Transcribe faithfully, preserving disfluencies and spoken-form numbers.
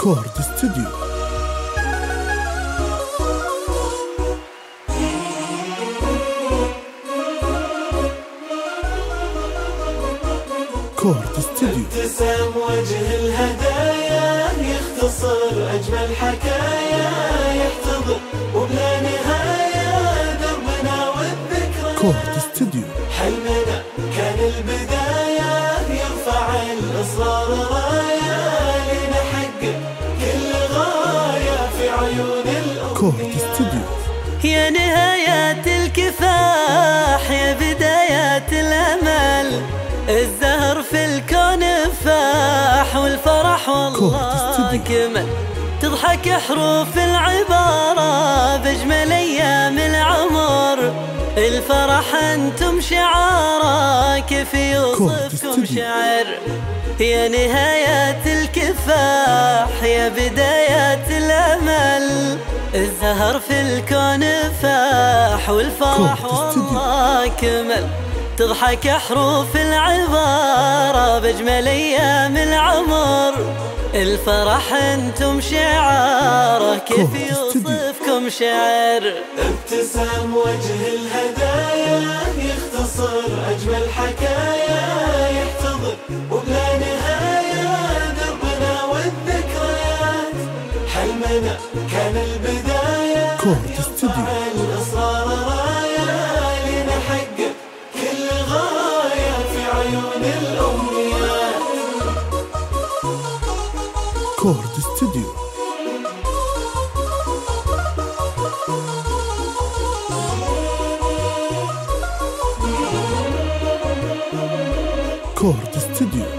كورد استوديو. كورد استوديو. ابتسام وجه الهدايا يختصر أجمل حكايا، يحتضر وبلا نهاية دربنا والذكرى. كورد استوديو. حلمنا كان البداية، يرفع الأسرار راية، لنحقق كل غاية في عيون الأمنيات. كورد استوديو. يا نهايات الكفاح، يا بدايات الأمل، الزهر في الكون فاح والفرح والله كمل. تضحك حروف العبارة بأجمل أيام العمر، الفرح أنتم شعارة كيف يوصفكم شعر. يا نهايات الكفاح، يا بدايات الأمل، الزهر في الكون فاح والفرح والله كمل. تضحك حروف العبارة بأجمل أيام العمر، الفرح أنتم شعاره كيف يوصفكم شعر. ابتسام وجه الهدايا يختصر أجمل حكايا، يحتضر وبلا نهاية دربنا والذكريات. حلمنا كان البداية، كورد استوديو. الأسرار راية، لنحقق كل غاية في عيون الأمنيات. كورد استوديو. كورد استوديو.